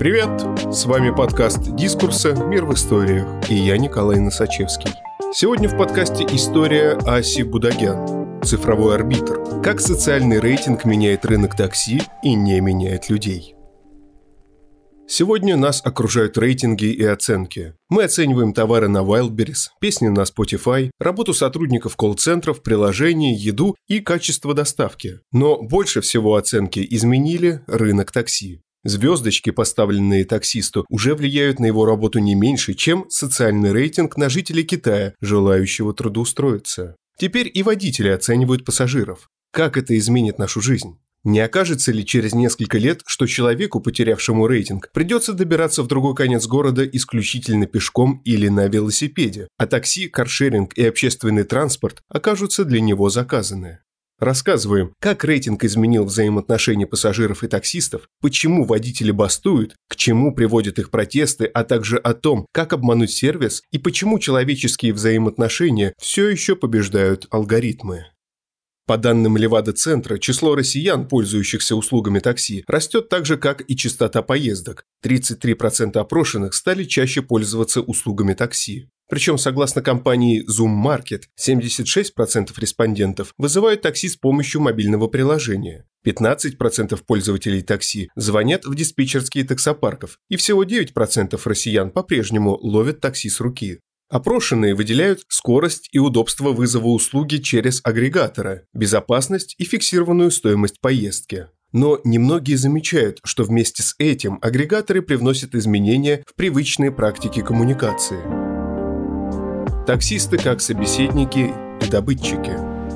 Привет! С вами подкаст «Дискурсы. Мир в историях» и я, Николай Носачевский. Сегодня в подкасте история Аси Будагян «Цифровой арбитр. Как социальный рейтинг меняет рынок такси и не меняет людей». Сегодня нас окружают рейтинги и оценки. Мы оцениваем товары на Wildberries, песни на Spotify, работу сотрудников колл-центров, приложения, еду и качество доставки. Но больше всего оценки изменили рынок такси. Звездочки, поставленные таксисту, уже влияют на его работу не меньше, чем социальный рейтинг на жителей Китая, желающего трудоустроиться. Теперь и водители оценивают пассажиров. Как это изменит нашу жизнь? Не окажется ли через несколько лет, что человеку, потерявшему рейтинг, придется добираться в другой конец города исключительно пешком или на велосипеде, а такси, каршеринг и общественный транспорт окажутся для него заказаны? Рассказываем, как рейтинг изменил взаимоотношения пассажиров и таксистов, почему водители бастуют, к чему приводят их протесты, а также о том, как обмануть сервис и почему человеческие взаимоотношения все еще побеждают алгоритмы. По данным Левада-центра, число россиян, пользующихся услугами такси, растет так же, как и частота поездок. 33% опрошенных стали чаще пользоваться услугами такси. Причем, согласно компании Zoom Market, 76% респондентов вызывают такси с помощью мобильного приложения. 15% пользователей такси звонят в диспетчерские таксопарков, и всего 9% россиян по-прежнему ловят такси с руки. Опрошенные выделяют скорость и удобство вызова услуги через агрегатора, безопасность и фиксированную стоимость поездки. Но немногие замечают, что вместе с этим агрегаторы привносят изменения в привычные практики коммуникации. Таксисты как собеседники и добытчики.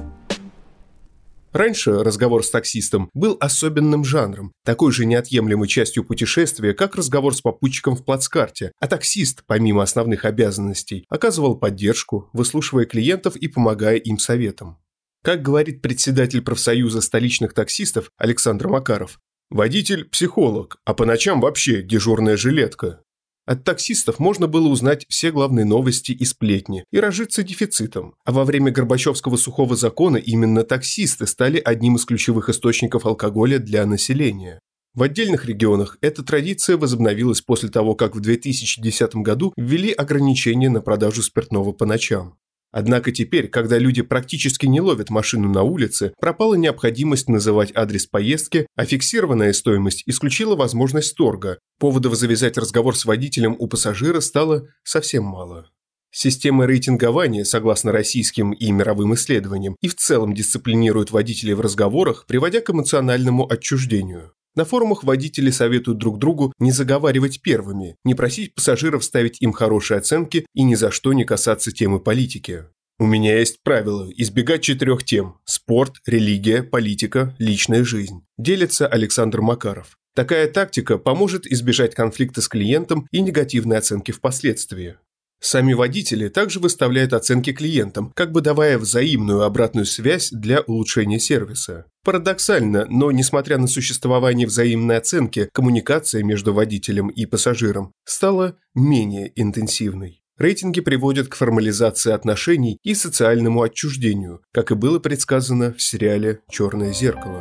Раньше разговор с таксистом был особенным жанром, такой же неотъемлемой частью путешествия, как разговор с попутчиком в плацкарте, а таксист, помимо основных обязанностей, оказывал поддержку, выслушивая клиентов и помогая им советом. Как говорит председатель профсоюза столичных таксистов Александр Макаров, водитель – психолог, а по ночам вообще дежурная жилетка. От таксистов можно было узнать все главные новости и сплетни и разжиться дефицитом. А во время Горбачевского сухого закона именно таксисты стали одним из ключевых источников алкоголя для населения. В отдельных регионах эта традиция возобновилась после того, как в 2010 году ввели ограничения на продажу спиртного по ночам. Однако теперь, когда люди практически не ловят машину на улице, пропала необходимость называть адрес поездки, а фиксированная стоимость исключила возможность торга. Поводов завязать разговор с водителем у пассажира стало совсем мало. Система рейтингования, согласно российским и мировым исследованиям, и в целом дисциплинирует водителей в разговорах, приводя к эмоциональному отчуждению. На форумах водители советуют друг другу не заговаривать первыми, не просить пассажиров ставить им хорошие оценки и ни за что не касаться темы политики. У меня есть правило – избегать 4 тем – спорт, религия, политика, личная жизнь, делится Александр Макаров. Такая тактика поможет избежать конфликта с клиентом и негативной оценки впоследствии. Сами водители также выставляют оценки клиентам, как бы давая взаимную обратную связь для улучшения сервиса. Парадоксально, но несмотря на существование взаимной оценки, коммуникация между водителем и пассажиром стала менее интенсивной. Рейтинги приводят к формализации отношений и социальному отчуждению, как и было предсказано в сериале «Черное зеркало».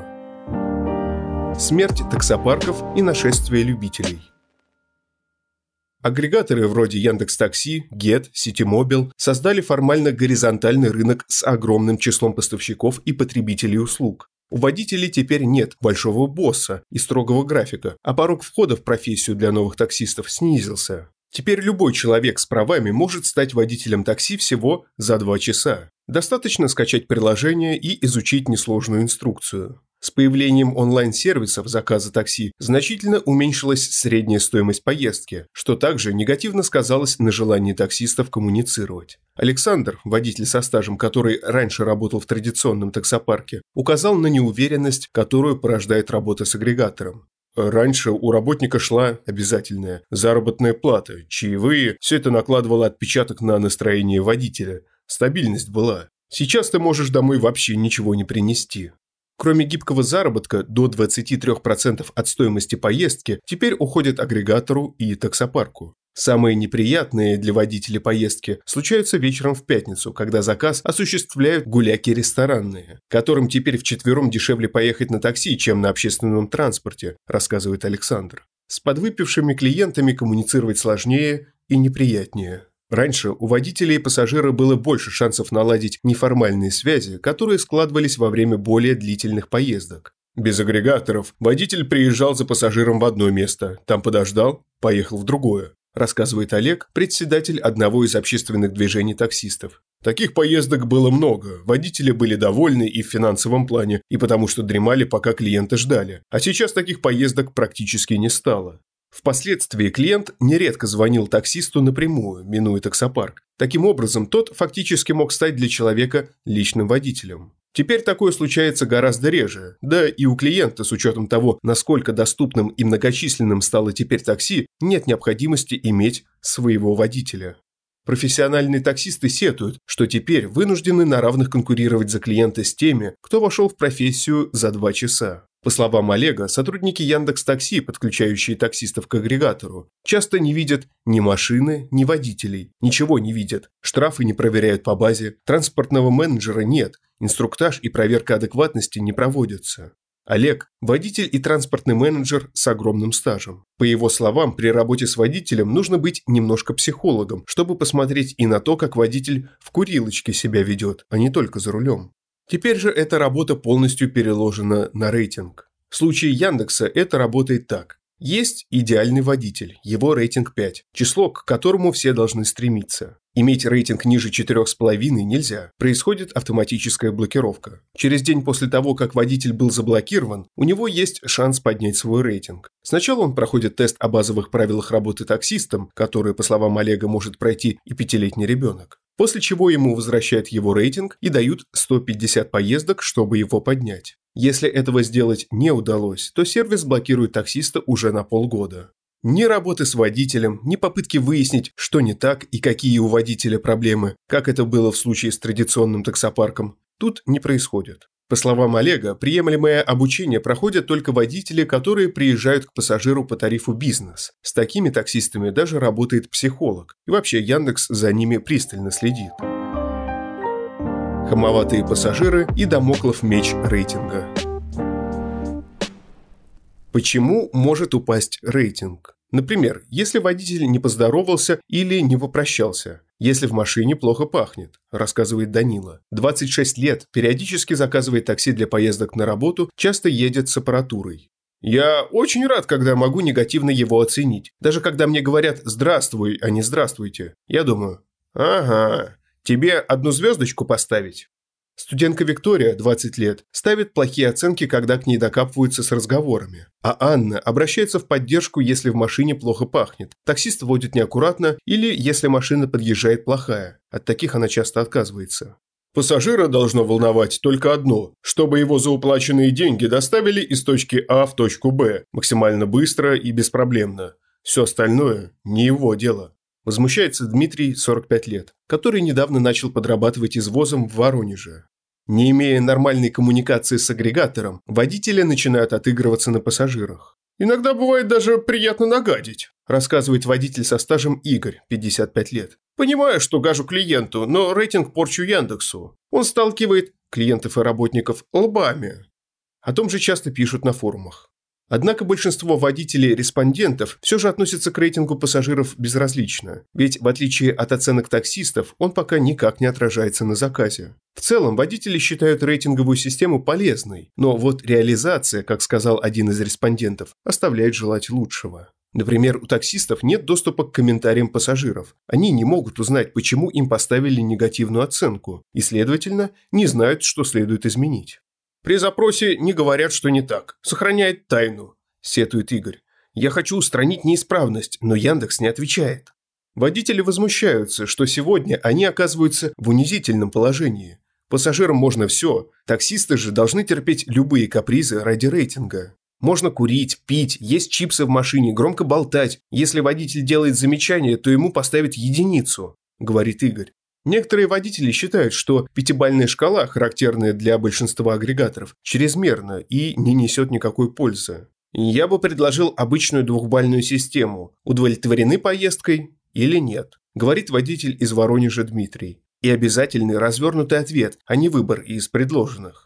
Смерть таксопарков и нашествие любителей. Агрегаторы вроде Яндекс.Такси, Get, Ситимобил создали формально горизонтальный рынок с огромным числом поставщиков и потребителей услуг. У водителей теперь нет большого босса и строгого графика, а порог входа в профессию для новых таксистов снизился. Теперь любой человек с правами может стать водителем такси всего за 2 часа. Достаточно скачать приложение и изучить несложную инструкцию. С появлением онлайн-сервисов заказа такси значительно уменьшилась средняя стоимость поездки, что также негативно сказалось на желании таксистов коммуницировать. Александр, водитель со стажем, который раньше работал в традиционном таксопарке, указал на неуверенность, которую порождает работа с агрегатором. Раньше у работника шла обязательная заработная плата, чаевые, все это накладывало отпечаток на настроение водителя. Стабильность была. Сейчас ты можешь домой вообще ничего не принести. Кроме гибкого заработка до 23% от стоимости поездки теперь уходят агрегатору и таксопарку. Самые неприятные для водителей поездки случаются вечером в пятницу, когда заказ осуществляют гуляки ресторанные, которым теперь вчетвером дешевле поехать на такси, чем на общественном транспорте, рассказывает Александр. С подвыпившими клиентами коммуницировать сложнее и неприятнее. Раньше у водителей и пассажира было больше шансов наладить неформальные связи, которые складывались во время более длительных поездок. Без агрегаторов водитель приезжал за пассажиром в одно место, там подождал, поехал в другое, рассказывает Олег, председатель одного из общественных движений таксистов. Таких поездок было много, водители были довольны и в финансовом плане, и потому что дремали, пока клиенты ждали. А сейчас таких поездок практически не стало. Впоследствии клиент нередко звонил таксисту напрямую, минуя таксопарк. Таким образом, тот фактически мог стать для человека личным водителем. Теперь такое случается гораздо реже, да и у клиента, с учетом того, насколько доступным и многочисленным стало теперь такси, нет необходимости иметь своего водителя. Профессиональные таксисты сетуют, что теперь вынуждены на равных конкурировать за клиента с теми, кто вошел в профессию за 2 часа. По словам Олега, сотрудники Яндекс.Такси, подключающие таксистов к агрегатору, часто не видят ни машины, ни водителей, ничего не видят, штрафы не проверяют по базе, транспортного менеджера нет, инструктаж и проверка адекватности не проводятся. Олег – водитель и транспортный менеджер с огромным стажем. По его словам, при работе с водителем нужно быть немножко психологом, чтобы посмотреть и на то, как водитель в курилочке себя ведет, а не только за рулем. Теперь же эта работа полностью переложена на рейтинг. В случае Яндекса это работает так. Есть идеальный водитель, его рейтинг 5, число, к которому все должны стремиться. Иметь рейтинг ниже 4,5 нельзя, происходит автоматическая блокировка. Через день после того, как водитель был заблокирован, у него есть шанс поднять свой рейтинг. Сначала он проходит тест о базовых правилах работы таксистом, которые, по словам Олега, может пройти и 5-летний ребенок. После чего ему возвращают его рейтинг и дают 150 поездок, чтобы его поднять. Если этого сделать не удалось, то сервис блокирует таксиста уже на полгода. Ни работы с водителем, ни попытки выяснить, что не так и какие у водителя проблемы, как это было в случае с традиционным таксопарком, тут не происходит. По словам Олега, приемлемое обучение проходят только водители, которые приезжают к пассажиру по тарифу бизнес. С такими таксистами даже работает психолог. И вообще Яндекс за ними пристально следит. Хамоватые пассажиры и дамоклов меч рейтинга. Почему может упасть рейтинг? Например, если водитель не поздоровался или не попрощался. Если в машине плохо пахнет, рассказывает Данила. 26 лет, периодически заказывает такси для поездок на работу, часто едет с аппаратурой. Я очень рад, когда могу негативно его оценить. Даже когда мне говорят «здравствуй», а не «здравствуйте». Я думаю, ага, тебе 1 звездочку поставить? Студентка Виктория, 20 лет, ставит плохие оценки, когда к ней докапываются с разговорами. А Анна обращается в поддержку, если в машине плохо пахнет. Таксист водит неаккуратно или если машина подъезжает плохая. От таких она часто отказывается. Пассажира должно волновать только одно – чтобы его за уплаченные деньги доставили из точки А в точку Б максимально быстро и беспроблемно. Все остальное – не его дело. Возмущается Дмитрий, 45 лет, который недавно начал подрабатывать извозом в Воронеже. Не имея нормальной коммуникации с агрегатором, водители начинают отыгрываться на пассажирах. «Иногда бывает даже приятно нагадить», рассказывает водитель со стажем Игорь, 55 лет. «Понимаю, что гажу клиенту, но рейтинг порчу Яндексу. Он сталкивает клиентов и работников лбами». О том же часто пишут на форумах. Однако большинство водителей-респондентов все же относятся к рейтингу пассажиров безразлично, ведь в отличие от оценок таксистов, он пока никак не отражается на заказе. В целом, водители считают рейтинговую систему полезной, но вот реализация, как сказал один из респондентов, оставляет желать лучшего. Например, у таксистов нет доступа к комментариям пассажиров. Они не могут узнать, почему им поставили негативную оценку, и, следовательно, не знают, что следует изменить. «При запросе не говорят, что не так. Сохраняет тайну», – сетует Игорь. «Я хочу устранить неисправность, но Яндекс не отвечает». Водители возмущаются, что сегодня они оказываются в унизительном положении. Пассажирам можно все, таксисты же должны терпеть любые капризы ради рейтинга. Можно курить, пить, есть чипсы в машине, громко болтать. Если водитель делает замечание, то ему поставят 1, говорит Игорь. Некоторые водители считают, что 5-бальная шкала, характерная для большинства агрегаторов, чрезмерна и не несет никакой пользы. Я бы предложил обычную 2-бальную систему. Удовлетворены поездкой или нет, говорит водитель из Воронежа Дмитрий. И обязательный развернутый ответ, а не выбор из предложенных.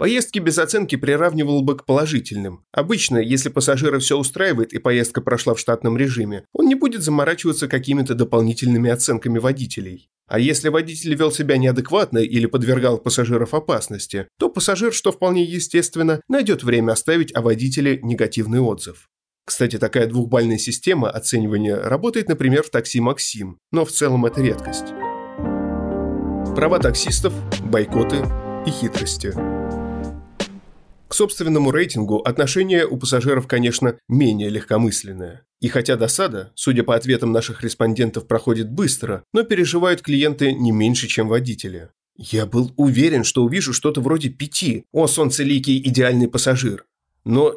Поездки без оценки приравнивал бы к положительным. Обычно, если пассажира все устраивает и поездка прошла в штатном режиме, он не будет заморачиваться какими-то дополнительными оценками водителей. А если водитель вел себя неадекватно или подвергал пассажиров опасности, то пассажир, что вполне естественно, найдет время оставить о водителе негативный отзыв. Кстати, такая двухбалльная система оценивания работает, например, в такси «Максим», но в целом это редкость. Права таксистов, бойкоты и хитрости. К собственному рейтингу отношение у пассажиров, конечно, менее легкомысленное. И хотя досада, судя по ответам наших респондентов, проходит быстро, но переживают клиенты не меньше, чем водители. «Я был уверен, что увижу что-то вроде 5. О, солнцеликий идеальный пассажир. Но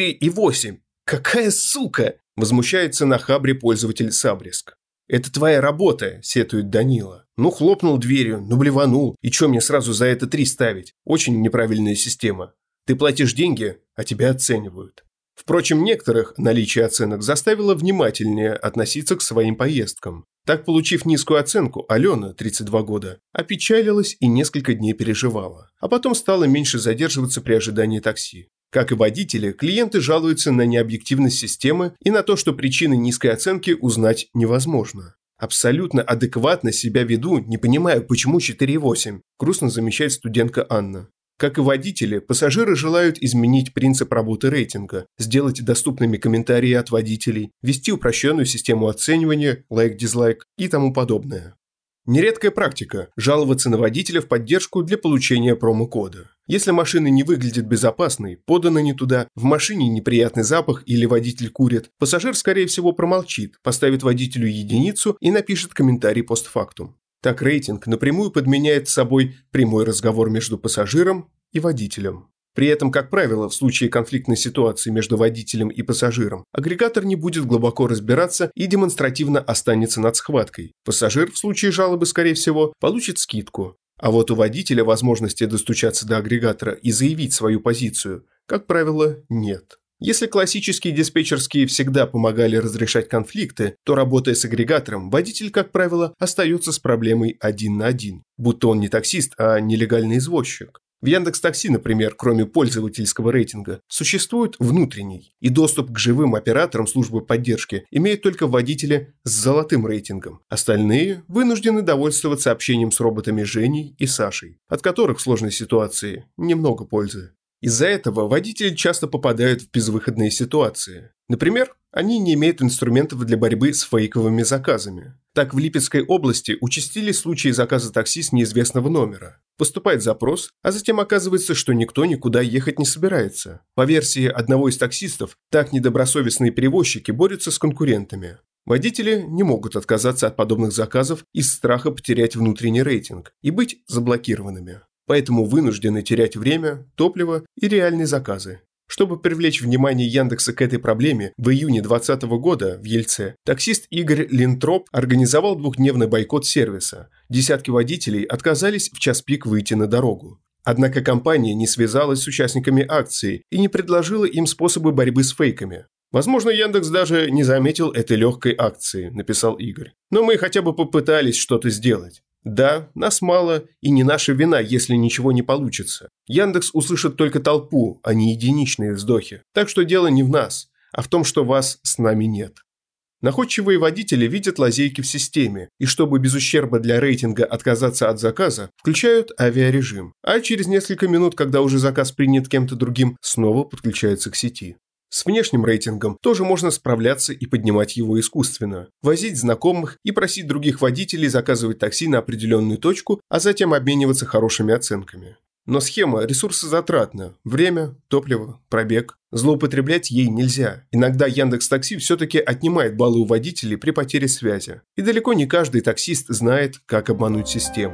4,8. Какая сука!» – возмущается на Хабре пользователь Сабриск. «Это твоя работа», – сетует Данила. «Ну, хлопнул дверью, ну, блеванул. И чё мне сразу за это 3 ставить? Очень неправильная система. Ты платишь деньги, а тебя оценивают». Впрочем, некоторых наличие оценок заставило внимательнее относиться к своим поездкам. Так, получив низкую оценку, Алена, 32 года, опечалилась и несколько дней переживала. А потом стала меньше задерживаться при ожидании такси. Как и водители, клиенты жалуются на необъективность системы и на то, что причины низкой оценки узнать невозможно. «Абсолютно адекватно себя веду, не понимаю, почему 4,8», грустно замечает студентка Анна. Как и водители, пассажиры желают изменить принцип работы рейтинга, сделать доступными комментарии от водителей, ввести упрощенную систему оценивания, лайк-дизлайк и тому подобное. Нередкая практика – жаловаться на водителя в поддержку для получения промокода. Если машина не выглядит безопасной, подана не туда, в машине неприятный запах или водитель курит, пассажир, скорее всего, промолчит, поставит водителю единицу и напишет комментарий постфактум. Так рейтинг напрямую подменяет собой прямой разговор между пассажиром и водителем. При этом, как правило, в случае конфликтной ситуации между водителем и пассажиром, агрегатор не будет глубоко разбираться и демонстративно останется над схваткой. Пассажир в случае жалобы, скорее всего, получит скидку. А вот у водителя возможности достучаться до агрегатора и заявить свою позицию, как правило, нет. Если классические диспетчерские всегда помогали разрешать конфликты, то, работая с агрегатором, водитель, как правило, остается с проблемой 1 на 1, будто он не таксист, а нелегальный извозчик. В Яндекс.Такси, например, кроме пользовательского рейтинга, существует внутренний, и доступ к живым операторам службы поддержки имеют только водители с золотым рейтингом. Остальные вынуждены довольствоваться общением с роботами Женей и Сашей, от которых в сложной ситуации немного пользы. Из-за этого водители часто попадают в безвыходные ситуации. Например, они не имеют инструментов для борьбы с фейковыми заказами. Так, в Липецкой области участились случаи заказа такси с неизвестного номера. Поступает запрос, а затем оказывается, что никто никуда ехать не собирается. По версии одного из таксистов, так недобросовестные перевозчики борются с конкурентами. Водители не могут отказаться от подобных заказов из страха потерять внутренний рейтинг и быть заблокированными. Поэтому вынуждены терять время, топливо и реальные заказы. Чтобы привлечь внимание Яндекса к этой проблеме, в июне 2020 года в Ельце таксист Игорь Линтроп организовал 2-дневный бойкот сервиса. Десятки водителей отказались в час пик выйти на дорогу. Однако компания не связалась с участниками акции и не предложила им способы борьбы с фейками. «Возможно, Яндекс даже не заметил этой легкой акции», – написал Игорь. «Но мы хотя бы попытались что-то сделать. Да, нас мало, и не наша вина, если ничего не получится. Яндекс услышит только толпу, а не единичные вздохи. Так что дело не в нас, а в том, что вас с нами нет». Находчивые водители видят лазейки в системе, и чтобы без ущерба для рейтинга отказаться от заказа, включают авиарежим, а через несколько минут, когда уже заказ принят кем-то другим, снова подключаются к сети. С внешним рейтингом тоже можно справляться и поднимать его искусственно. Возить знакомых и просить других водителей заказывать такси на определенную точку, а затем обмениваться хорошими оценками. Но схема ресурсозатратна. Время, топливо, пробег. Злоупотреблять ей нельзя. Иногда Яндекс.Такси все-таки отнимает баллы у водителей при потере связи. И далеко не каждый таксист знает, как обмануть систему.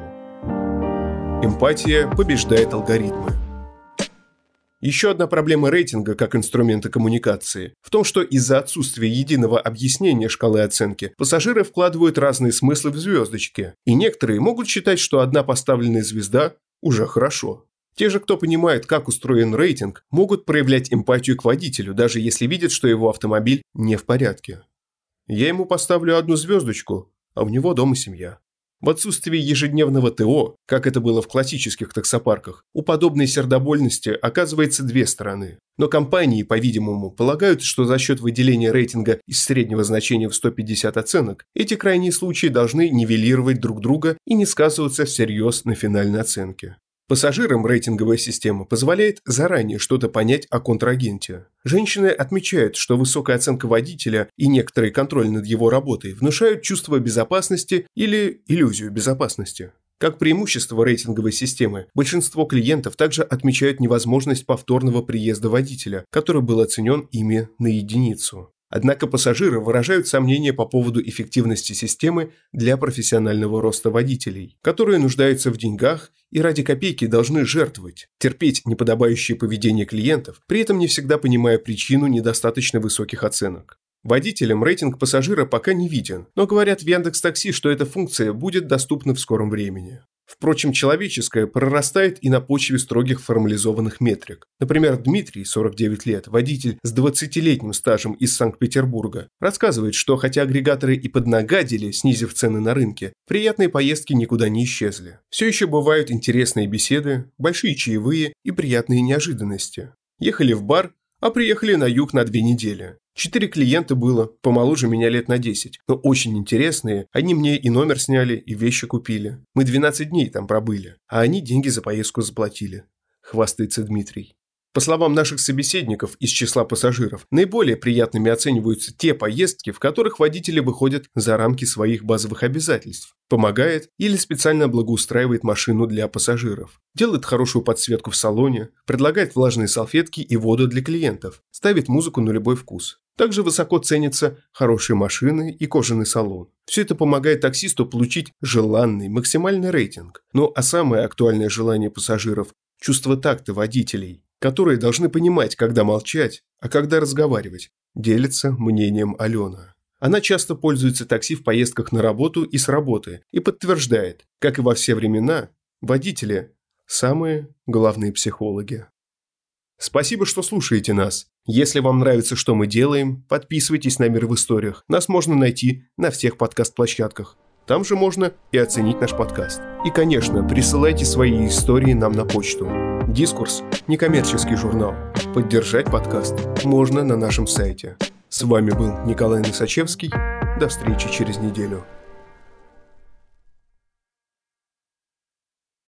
Эмпатия побеждает алгоритмы. Еще одна проблема рейтинга как инструмента коммуникации в том, что из-за отсутствия единого объяснения шкалы оценки пассажиры вкладывают разные смыслы в звездочки, и некоторые могут считать, что одна поставленная звезда уже хорошо. Те же, кто понимает, как устроен рейтинг, могут проявлять эмпатию к водителю, даже если видят, что его автомобиль не в порядке. «Я ему поставлю 1 звездочку, а у него дома семья». В отсутствии ежедневного ТО, как это было в классических таксопарках, у подобной сердобольности оказывается две стороны. Но компании, по-видимому, полагают, что за счет выделения рейтинга из среднего значения в 150 оценок, эти крайние случаи должны нивелировать друг друга и не сказываться всерьез на финальной оценке. Пассажирам рейтинговая система позволяет заранее что-то понять о контрагенте. Женщины отмечают, что высокая оценка водителя и некоторый контроль над его работой внушают чувство безопасности или иллюзию безопасности. Как преимущество рейтинговой системы, большинство клиентов также отмечают невозможность повторного приезда водителя, который был оценен ими на единицу. Однако пассажиры выражают сомнения по поводу эффективности системы для профессионального роста водителей, которые нуждаются в деньгах и ради копейки должны жертвовать, терпеть неподобающее поведение клиентов, при этом не всегда понимая причину недостаточно высоких оценок. Водителям рейтинг пассажира пока не виден, но говорят в Яндекс.Такси, что эта функция будет доступна в скором времени. Впрочем, человеческое прорастает и на почве строгих формализованных метрик. Например, Дмитрий, 49 лет, водитель с 20-летним стажем из Санкт-Петербурга, рассказывает, что хотя агрегаторы и поднагадили, снизив цены на рынке, приятные поездки никуда не исчезли. Все еще бывают интересные беседы, большие чаевые и приятные неожиданности. Ехали в бар, а приехали на юг на 2 недели. 4 клиента было, помоложе меня лет на 10, но очень интересные, они мне и номер сняли, и вещи купили. Мы 12 дней там пробыли, а они деньги за поездку заплатили, хвастается Дмитрий. По словам наших собеседников из числа пассажиров, наиболее приятными оцениваются те поездки, в которых водители выходят за рамки своих базовых обязательств, помогает или специально благоустраивает машину для пассажиров, делает хорошую подсветку в салоне, предлагает влажные салфетки и воду для клиентов, ставит музыку на любой вкус. Также высоко ценятся хорошие машины и кожаный салон. Все это помогает таксисту получить желанный максимальный рейтинг. Ну а самое актуальное желание пассажиров – чувство такта водителей, которые должны понимать, когда молчать, а когда разговаривать, делится мнением Алена. Она часто пользуется такси в поездках на работу и с работы и подтверждает, как и во все времена, водители – самые главные психологи. Спасибо, что слушаете нас. Если вам нравится, что мы делаем, подписывайтесь на «Мир в историях». Нас можно найти на всех подкаст-площадках. Там же можно и оценить наш подкаст. И, конечно, присылайте свои истории нам на почту. Дискурс – некоммерческий журнал. Поддержать подкаст можно на нашем сайте. С вами был Николай Носачевский. До встречи через неделю.